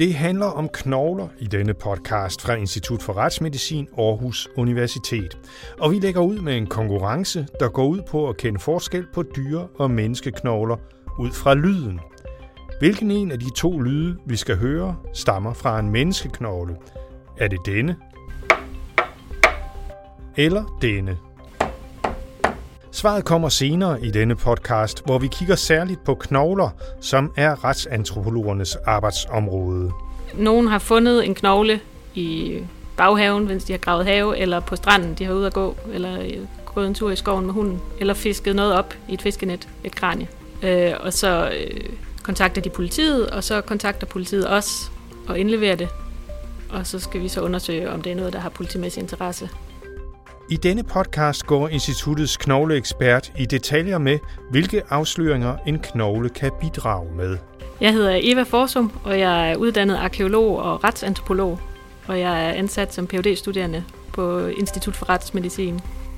Det handler om knogler i denne podcast fra Institut for Retsmedicin, Aarhus Universitet. Og vi lægger ud med en konkurrence, der går ud på at kende forskel på dyre- og menneskeknogler ud fra lyden. Hvilken en af de to lyde, vi skal høre, stammer fra en menneskeknogle? Er det denne? Eller denne? Svaret kommer senere i denne podcast, hvor vi kigger særligt på knogler, som er retsantropologernes arbejdsområde. Nogen har fundet en knogle i baghaven, mens de har gravet have, eller på stranden, de har ude at gå, eller gået en tur i skoven med hunden, eller fisket noget op i et fiskenet, et kranie. Og så kontakter de politiet, og så kontakter politiet os og indleverer det. Og så skal vi så undersøge, om det er noget, der har politimæssig interesse. I denne podcast går instituttets knogleekspert i detaljer med, hvilke afsløringer en knogle kan bidrage med. Jeg hedder Eva Forsum, og jeg er uddannet arkæolog og retsantropolog, og jeg er ansat som Ph.D.-studerende på Institut for Retsmedicin.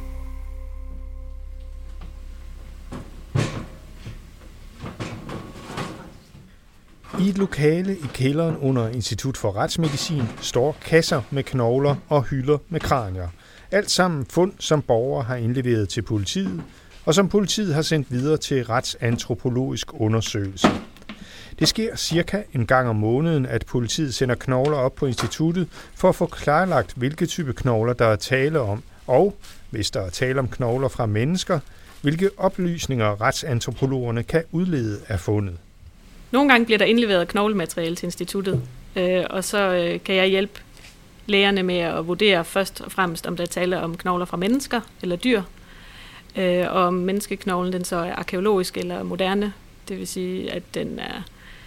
I et lokale i kælderen under Institut for Retsmedicin står kasser med knogler og hylder med kranier. Alt sammen fund, som borgere har indleveret til politiet, og som politiet har sendt videre til retsantropologisk undersøgelse. Det sker cirka en gang om måneden, at politiet sender knogler op på instituttet for at få klarlagt, hvilke type knogler der er tale om, og, hvis der er tale om knogler fra mennesker, hvilke oplysninger retsantropologerne kan udlede af fundet. Nogle gange bliver der indleveret knoglemateriale til instituttet, og så kan jeg hjælpe lægerne med at vurdere først og fremmest, om der er tale om knogler fra mennesker eller dyr, og om menneskeknoglen den så er arkæologisk eller moderne, det vil sige, at den er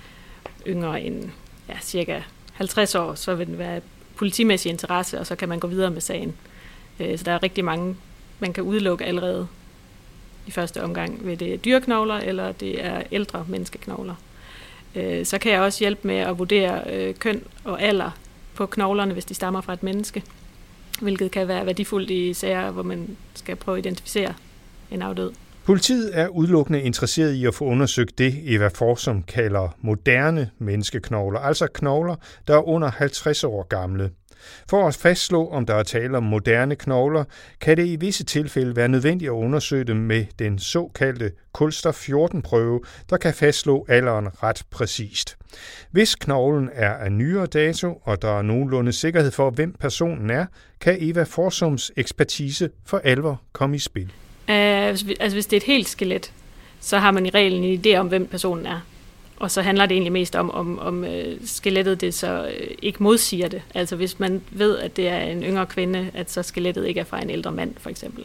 yngre end cirka 50 år, så vil den være politimæssig interesse, og så kan man gå videre med sagen. Så der er rigtig mange, man kan udelukke allerede i første omgang, ved det er dyreknogler eller det er ældre menneskeknogler. Så kan jeg også hjælpe med at vurdere køn og alder på knoglerne, hvis de stammer fra et menneske, hvilket kan være værdifuldt i sager, hvor man skal prøve at identificere en afdød. Politiet er udelukkende interesseret i at få undersøgt det, Eva Forsum kalder moderne menneskeknogler, altså knogler, der er under 50 år gamle. For at fastslå, om der er tale om moderne knogler, kan det i visse tilfælde være nødvendigt at undersøge dem med den såkaldte kulstof-14-prøve, der kan fastslå alderen ret præcist. Hvis knoglen er af nyere dato, og der er nogenlunde sikkerhed for, hvem personen er, kan Eva Forsums ekspertise for alvor komme i spil. Hvis det er et helt skelet, så har man i reglen en idé om, hvem personen er. Og så handler det egentlig mest om skelettet det så ikke modsiger det. Altså hvis man ved, at det er en yngre kvinde, at så skelettet ikke er fra en ældre mand, for eksempel.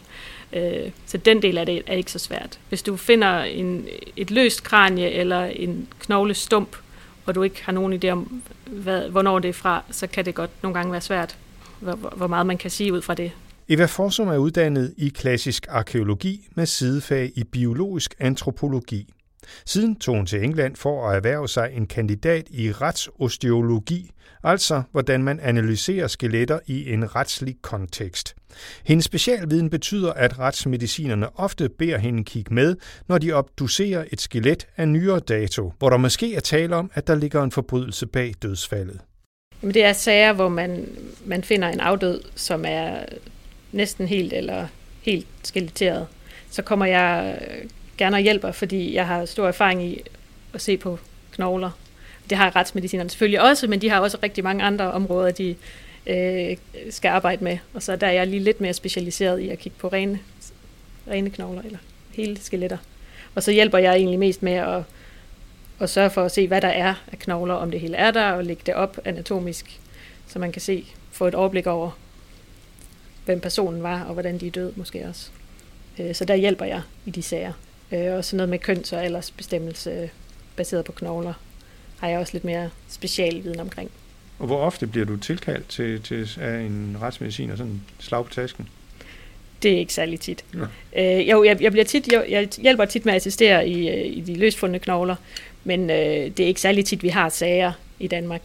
Så den del af det er ikke så svært. Hvis du finder et løst kranie eller en knoglestump, og du ikke har nogen idé om, hvornår det er fra, så kan det godt nogle gange være svært, hvor meget man kan sige ud fra det. Eva Forsum er uddannet i klassisk arkæologi med sidefag i biologisk antropologi. Siden tog hun til England for at erhverve sig en kandidat i retsosteologi, altså hvordan man analyserer skeletter i en retslig kontekst. Hendes specialviden betyder, at retsmedicinerne ofte beder hende kigge med, når de obducerer et skelet af nyere dato, hvor der måske er tale om, at der ligger en forbrydelse bag dødsfaldet. Jamen, det er sager, hvor man finder en afdød, som er næsten helt eller helt skeletteret. Så kommer jeg gerne og hjælper, fordi jeg har stor erfaring i at se på knogler. Det har retsmedicinerne selvfølgelig også, men de har også rigtig mange andre områder, de skal arbejde med. Og så der er jeg lige lidt mere specialiseret i at kigge på rene knogler eller hele skeletter. Og så hjælper jeg egentlig mest med at sørge for at se, hvad der er af knogler, om det hele er der, og lægge det op anatomisk, så man kan få et overblik over, hvem personen var, og hvordan de er døde måske også. Så der hjælper jeg i de sager. Og sådan noget med køns- og aldersbestemmelse baseret på knogler har jeg også lidt mere specialviden omkring. Og hvor ofte bliver du tilkaldt til af en retsmedicin og sådan slag på tasken? Det er ikke særlig tit. Ja. Jeg hjælper tit med at assistere i de løsfundne knogler, men det er ikke særlig tit, vi har sager i Danmark,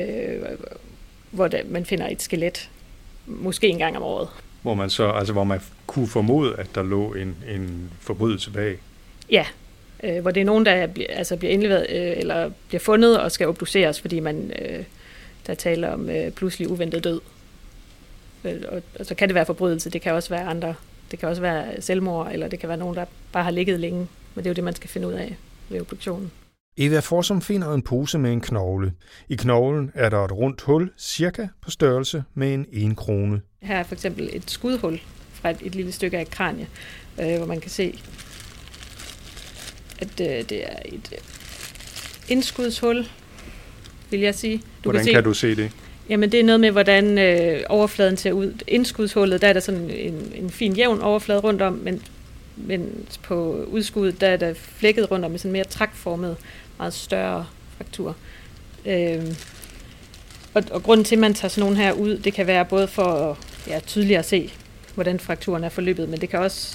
hvor man finder et skelet, måske en gang om året. Hvor man kunne formode, at der lå en forbrydelse bag? Ja, hvor det er nogen, der bliver indleveret eller bliver fundet og skal obduceres, fordi man der taler om pludselig uventet død. Og så kan det være forbrydelse, det kan også være andre. Det kan også være selvmord, eller det kan være nogen, der bare har ligget længe. Men det er jo det, man skal finde ud af ved obduktionen. Eva Forsum finder en pose med en knogle. I knoglen er der et rundt hul, cirka på størrelse med en 1 krone. Her er for eksempel et skudhul fra et lille stykke af kranie, hvor man kan se, at det er et indskudshul, vil jeg sige. Hvordan kan du se det? Jamen det er noget med, hvordan overfladen ser ud. Indskudshullet, der er der sådan en fin jævn overflade rundt om, men på udskuddet, der er der flækket rundt om med sådan mere trækformet, meget større fraktur. Og grunden til, at man tager sådan nogle her ud, det kan være både for tydeligere at se, hvordan frakturen er forløbet, men det kan også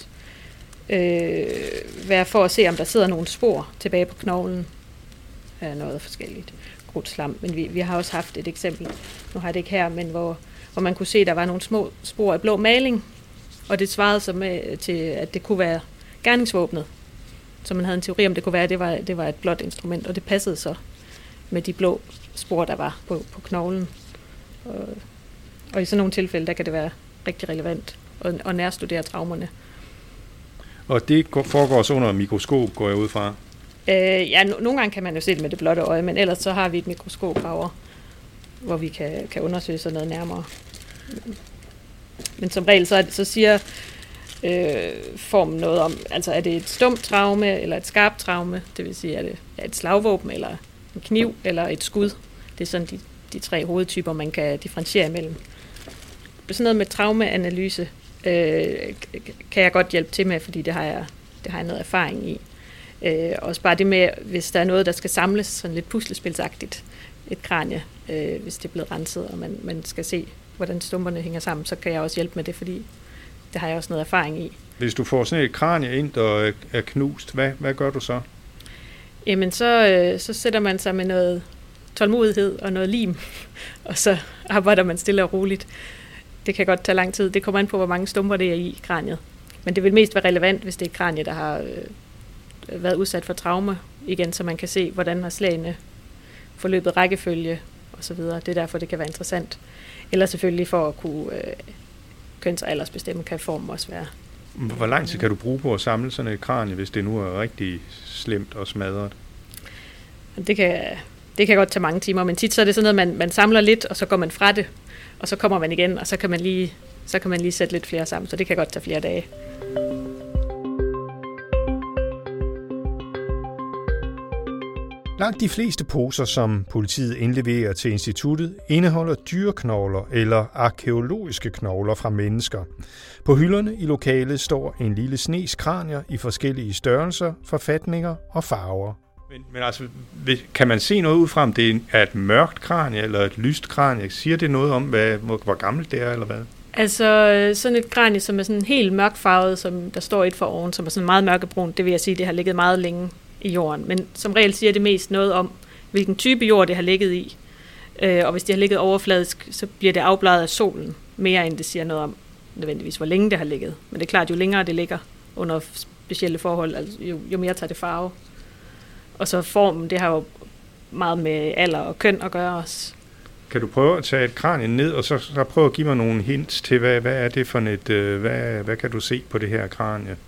være for at se, om der sidder nogle spor tilbage på knoglen af noget forskelligt. Slam, men vi har også haft et eksempel, nu har jeg det ikke her, men hvor man kunne se, at der var nogle små spor af blå maling, og det svarede så med til, at det kunne være gerningsvåbnet, så man havde en teori om, det kunne være, at det var et blåt instrument, og det passede så med de blå spor, der var på knoglen. Og i sådan nogle tilfælde, der kan det være rigtig relevant at nærstudere traumerne. Og det foregår så under mikroskop, går jeg ud fra? Nogle gange kan man jo se det med det blotte øje, men ellers så har vi et mikroskop herovre, hvor vi kan undersøge sådan noget nærmere. Men som regel, så siger formen noget om, altså er det et stumt traume, eller et skarpt traume, det vil sige, er det et slagvåben, eller en kniv, eller et skud. Det er sådan de 3 hovedtyper, man kan differentiere imellem. Sådan noget med traumeanalyse kan jeg godt hjælpe til med, fordi det har jeg noget erfaring i. Også bare det med, hvis der er noget, der skal samles sådan lidt puslespilsagtigt, et kranie, hvis det er blevet renset, og man skal se, hvordan stumperne hænger sammen, så kan jeg også hjælpe med det, fordi det har jeg også noget erfaring i. Hvis du får sådan et kranie ind, der er knust, hvad gør du så? Jamen, så sætter man sig med noget tålmodighed og noget lim, og så arbejder man stille og roligt. Det kan godt tage lang tid. Det kommer an på, hvor mange stumper det er i kraniet. Men det vil mest være relevant, hvis det er et kranie, der har været udsat for traume igen, så man kan se, hvordan har slagene forløbet rækkefølge osv. Det er derfor, det kan være interessant. Eller selvfølgelig for at kunne køns- og aldersbestemme, kan formen også være. Hvor lang tid kan du bruge på at samle sådan et kranie, hvis det nu er rigtig slemt og smadret? Det kan godt tage mange timer, men tit så er det sådan noget, man samler lidt, og så går man fra det, og så kommer man igen, og så kan man lige sætte lidt flere sammen, så det kan godt tage flere dage. Langt de fleste poser, som politiet indleverer til instituttet, indeholder dyreknogler eller arkæologiske knogler fra mennesker. På hylderne i lokalet står en lille snes kranier i forskellige størrelser, forfatninger og farver. Men altså, kan man se noget ud fra, om det er et mørkt kranie eller et lyst kranie? Siger det noget om, hvor gammelt det er, eller hvad? Altså, sådan et kranie, som er sådan helt mørkfarvet, som der står et for oven, som er sådan meget mørkebrun, det vil jeg sige, det har ligget meget længe i jorden. Men som regel siger det mest noget om, hvilken type jord det har ligget i. Og hvis det har ligget overfladisk, så bliver det afbladet af solen, mere end det siger noget om nødvendigvis, hvor længe det har ligget. Men det er klart, jo længere det ligger under specielle forhold, altså, jo mere tager det farve. Og så formen, det har jo meget med alder og køn at gøre også. Kan du prøve at tage et kranie ned, og så prøve at give mig nogle hints til, hvad er det for et, hvad kan du se på det her kranie?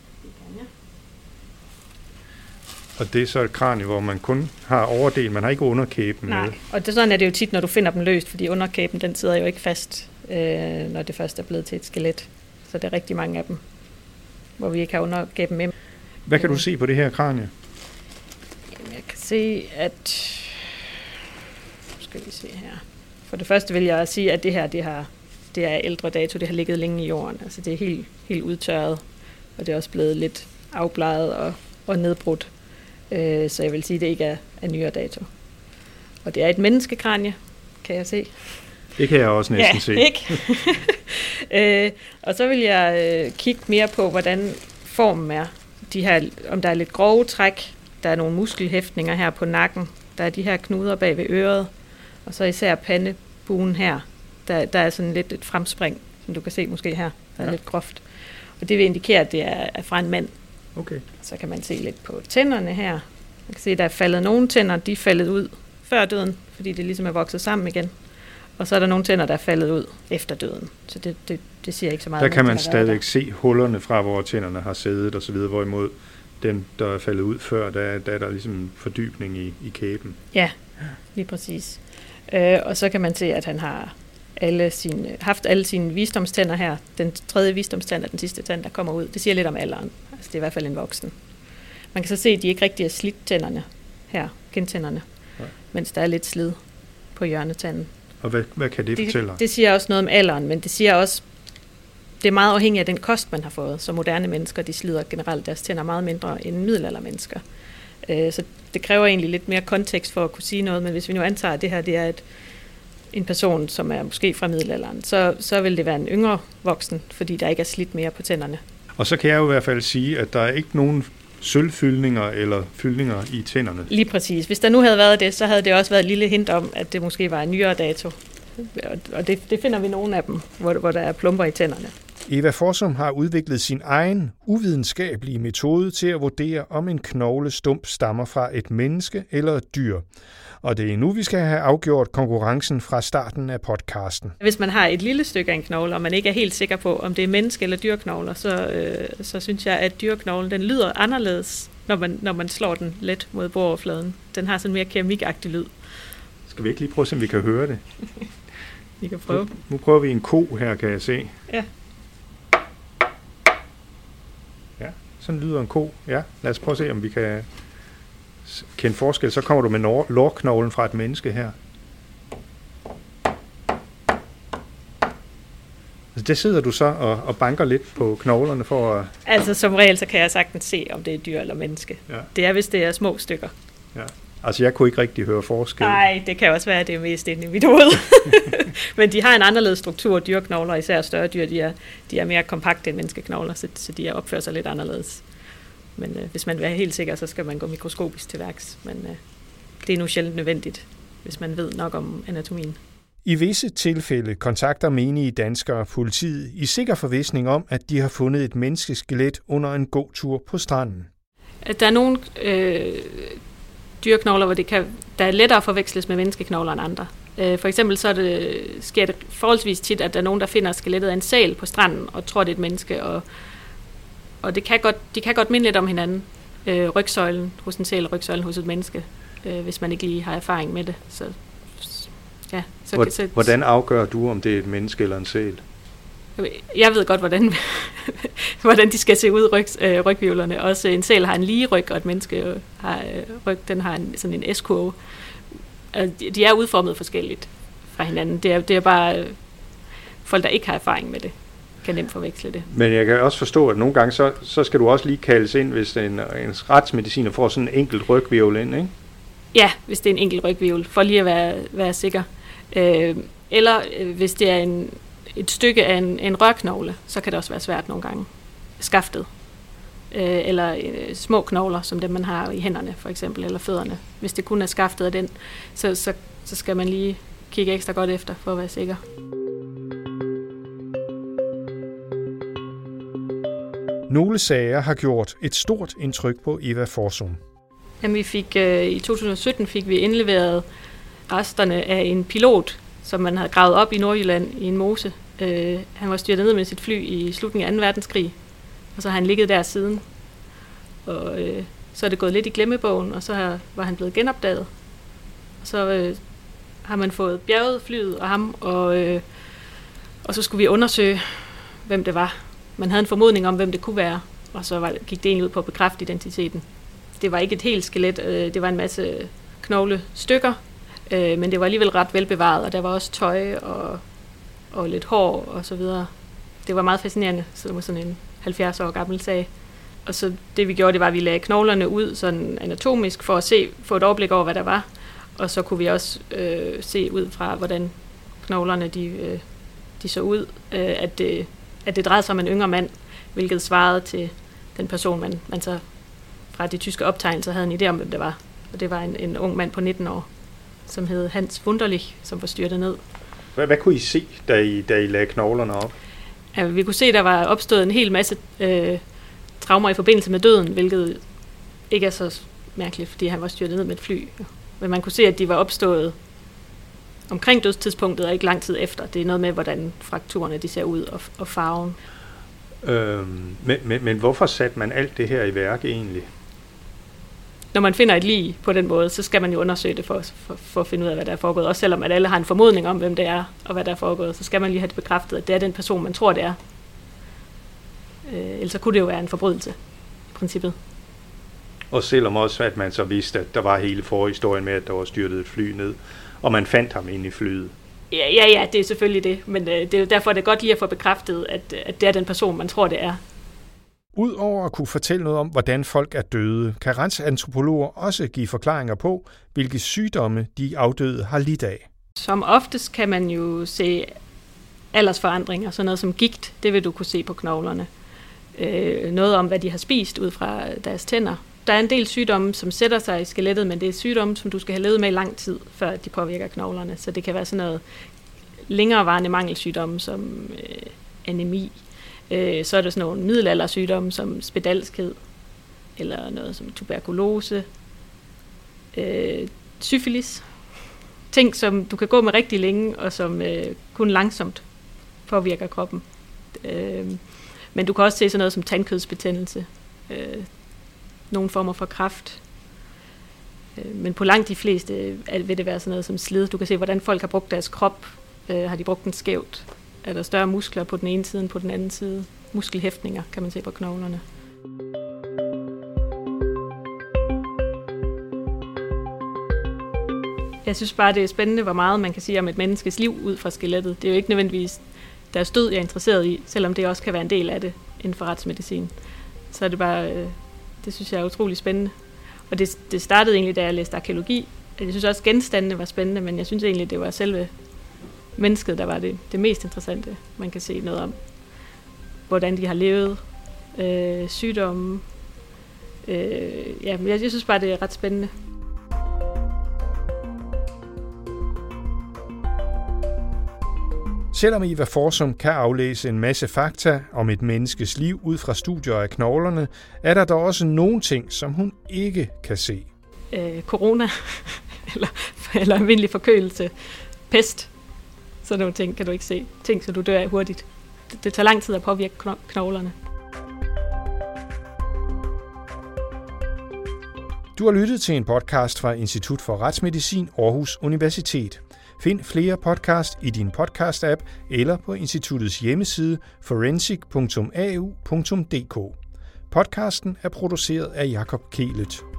Og det er så et kranie, hvor man kun har overdelen, man har ikke underkæben med. Nej, og sådan er det jo tit, når du finder dem løst, fordi underkæben, den sidder jo ikke fast, når det først er blevet til et skelet. Så der er rigtig mange af dem, hvor vi ikke har underkæben med. Hvad kan du se på det her kranie? Jamen, jeg kan se, at... Skal vi se her. For det første vil jeg sige, at det her, det er ældre dato, det har ligget længe i jorden. Altså det er helt udtørret, og det er også blevet lidt afbladet og nedbrudt. Så jeg vil sige, at det ikke er nyere dato. Og det er et menneskekranie, kan jeg se. Det kan jeg også næsten se. Ikke? Og så vil jeg kigge mere på, hvordan formen er. Om der er lidt grove træk, der er nogle muskelhæftninger her på nakken, der er de her knuder bag ved øret, og så især pandebuen her, der er sådan lidt et fremspring, som du kan se måske her, der er lidt groft. Og det vil indikere, at det er fra en mand. Okay. Så kan man se lidt på tænderne her. Man kan se, at der er faldet nogle tænder, de er faldet ud før døden, fordi det ligesom er vokset sammen igen. Og så er der nogle tænder, der er faldet ud efter døden. Så det siger ikke så meget. Der kan man stadig se hullerne fra, hvor tænderne har siddet og så videre, hvorimod dem, der er faldet ud før, der er der ligesom en fordybning i kæben. Ja, lige præcis. Og så kan man se, at han har haft alle sine visdomstænder her. Den tredje visdomstand er den sidste tand, der kommer ud. Det siger lidt om alderen. Altså det er i hvert fald en voksen. Man kan så se, at de ikke rigtig er slidt tænderne her, kindtænderne, mens der er lidt slid på hjørnetanden. Og hvad kan det fortælle? Det siger også noget om alderen, men det siger også, det er meget afhængigt af den kost, man har fået. Så moderne mennesker, de slider generelt deres tænder meget mindre end middelaldermennesker. Så det kræver egentlig lidt mere kontekst for at kunne sige noget, men hvis vi nu antager, at det her det er en person, som er måske fra middelalderen, så vil det være en yngre voksen, fordi der ikke er slidt mere på tænderne. Og så kan jeg jo i hvert fald sige, at der er ikke nogen sølvfyldninger eller fyldninger i tænderne. Lige præcis. Hvis der nu havde været det, så havde det også været et lille hint om, at det måske var en nyere dato. Og det finder vi nogle af dem, hvor der er plumper i tænderne. Eva Fossum har udviklet sin egen uvidenskabelige metode til at vurdere, om en knoglestump stammer fra et menneske eller et dyr. Og det er nu, vi skal have afgjort konkurrencen fra starten af podcasten. Hvis man har et lille stykke af en knogle, og man ikke er helt sikker på, om det er menneske- eller dyrknogler, så synes jeg, at dyrknoglen den lyder anderledes, når man slår den let mod bordoverfladen. Den har sådan mere keramikagtig lyd. Skal vi ikke lige prøve, om vi kan høre det? Vi kan prøve. Nu prøver vi en ko her, kan jeg se. Ja. Ja, sådan lyder en ko. Ja, lad os prøve at se, om vi kan kende forskel. Så kommer du med lårknoglen fra et menneske her. Altså, det sidder du så og banker lidt på knoglerne for at... Altså som regel, så kan jeg sagtens se, om det er dyr eller menneske. Ja. Det er, hvis det er små stykker. Ja. Altså, jeg kunne ikke rigtig høre forskel. Nej, det kan også være, at det er mest inde i mit hoved. Men de har en anderledes struktur, dyrknogler, især større dyr, de er mere kompakte end menneskeknogler, så de opfører sig lidt anderledes. Men hvis man vil være helt sikker, så skal man gå mikroskopisk til værks. Men det er nu sjældent nødvendigt, hvis man ved nok om anatomien. I visse tilfælde kontakter menige danskere politiet i sikker forvisning om, at de har fundet et menneskeskelet under en gåtur på stranden. Der er nogle dyrknogler, hvor der er lettere forveksles med menneskeknogler end andre. For eksempel så sker det forholdsvis tit, at der er nogen, der finder skelettet af en sæl på stranden og tror, det er et menneske. Og de kan godt minde lidt om hinanden. Rygsøjlen hos en sæl og rygsøjlen hos et menneske, hvis man ikke lige har erfaring med det. Hvordan afgør du, om det er et menneske eller en sæl? Jeg ved godt, hvordan de skal se ud, rygvivlerne. Også en sæl har en lige ryg, og et menneske har ryg, den har sådan en S-kurve. De er udformet forskelligt fra hinanden. Det er bare folk, der ikke har erfaring med det, kan nemt forveksle det. Men jeg kan også forstå, at nogle gange, så skal du også lige kaldes ind, hvis en retsmediciner får sådan en enkelt rygvivl ind, ikke? Ja, hvis det er en enkelt rygvivl, for lige at være sikker. Eller hvis det er et stykke af en rørknogle, så kan det også være svært nogle gange. Skaftet. Eller små knogler, som dem man har i hænderne for eksempel, eller fødderne. Hvis det kun er skaftet af den, så skal man lige kigge ekstra godt efter, for at være sikker. Nogle sager har gjort et stort indtryk på Eva Fossum. Jamen, i 2017 fik vi indleveret resterne af en pilot, som man havde gravet op i Nordjylland i en mose. Han var styrtet ned med sit fly i slutningen af 2. verdenskrig, og så har han ligget der siden. Og så er det gået lidt i glemmebogen, og så var han blevet genopdaget. Og så har man fået bjerget flyet og ham, og så skulle vi undersøge, hvem det var. Man havde en formodning om, hvem det kunne være, og så gik det egentlig ud på at bekræfte identiteten. Det var ikke et helt skelet, det var en masse knoglestykker, men det var alligevel ret velbevaret, og der var også tøj og lidt hår og så videre. Det var meget fascinerende, så det var sådan en 70 år gammel sag. Og så det vi gjorde, det var, at vi lagde knoglerne ud sådan anatomisk for at få et overblik over, hvad der var. Og så kunne vi også se ud fra, hvordan knoglerne de så ud, at det drejede sig om en yngre mand, hvilket svarede til den person, man så fra de tyske optegnelser havde en idé om, hvem det var. Og det var en ung mand på 19 år, som hed Hans Wunderlich, som var styrtet ned. Hvad kunne I se, da I lagde knoglerne op? Ja, vi kunne se, der var opstået en hel masse traumer i forbindelse med døden, hvilket ikke er så mærkeligt, fordi han var styrtet ned med et fly. Men man kunne se, at de var opstået omkring dødstidspunktet og ikke lang tid efter. Det er noget med, hvordan frakturerne de ser ud og farven. Men hvorfor satte man alt det her i værk egentlig? Når man finder et lig på den måde, så skal man jo undersøge det for at finde ud af, hvad der er foregået. Også selvom at alle har en formodning om, hvem det er og hvad der er foregået, så skal man lige have det bekræftet, at det er den person, man tror, det er. Ellers så kunne det jo være en forbrydelse i princippet. Og selvom også, at man så vidste, at der var hele forhistorien med, at der var styrtet et fly ned, og man fandt ham inde i flyet. Ja, det er selvfølgelig det, men det er jo derfor, det er godt lige at få bekræftet, at det er den person, man tror, det er. Udover at kunne fortælle noget om, hvordan folk er døde, kan retsantropologer også give forklaringer på, hvilke sygdomme de afdøde har lidt af. Som oftest kan man jo se aldersforandringer, sådan noget som gigt, det vil du kunne se på knoglerne. Noget om, hvad de har spist ud fra deres tænder. Der er en del sygdomme, som sætter sig i skelettet, men det er sygdomme, som du skal have levet med i lang tid, før de påvirker knoglerne. Så det kan være sådan noget længerevarende mangelsygdomme som anemi. Så er der sådan nogle middelaldersygdomme som spedalskhed, eller noget som tuberkulose, syfilis. Ting, som du kan gå med rigtig længe, og som kun langsomt påvirker kroppen. Men du kan også se sådan noget som tandkødsbetændelse, nogle former for kræft. Men på langt de fleste vil det være sådan noget som slid. Du kan se, hvordan folk har brugt deres krop. Har de brugt den skævt? Er der større muskler på den ene side end på den anden side? Muskelhæftninger kan man se på knoglerne. Jeg synes bare, det er spændende, hvor meget man kan sige om et menneskes liv ud fra skelettet. Det er jo ikke nødvendigvis deres død, jeg er interesseret i, selvom det også kan være en del af det inden for retsmedicin. Så er det bare, det synes jeg er utrolig spændende. Og det startede egentlig, da jeg læste arkæologi. Jeg synes også, genstandene var spændende, men jeg synes egentlig, det var selve mennesket, der var det mest interessante. Man kan se noget om, hvordan de har levet, sygdomme. Jeg synes bare, det er ret spændende. Selvom Eva Forsum kan aflæse en masse fakta om et menneskes liv ud fra studier af knoglerne, er der dog også nogle ting, som hun ikke kan se. Corona, eller almindelig forkølelse, pest, sådan nogle ting kan du ikke se. Ting, så du dør af hurtigt. Det tager lang tid at påvirke knoglerne. Du har lyttet til en podcast fra Institut for Retsmedicin Aarhus Universitet. Find flere podcast i din podcast-app eller på instituttets hjemmeside forensic.au.dk. Podcasten er produceret af Jakob Kehlet.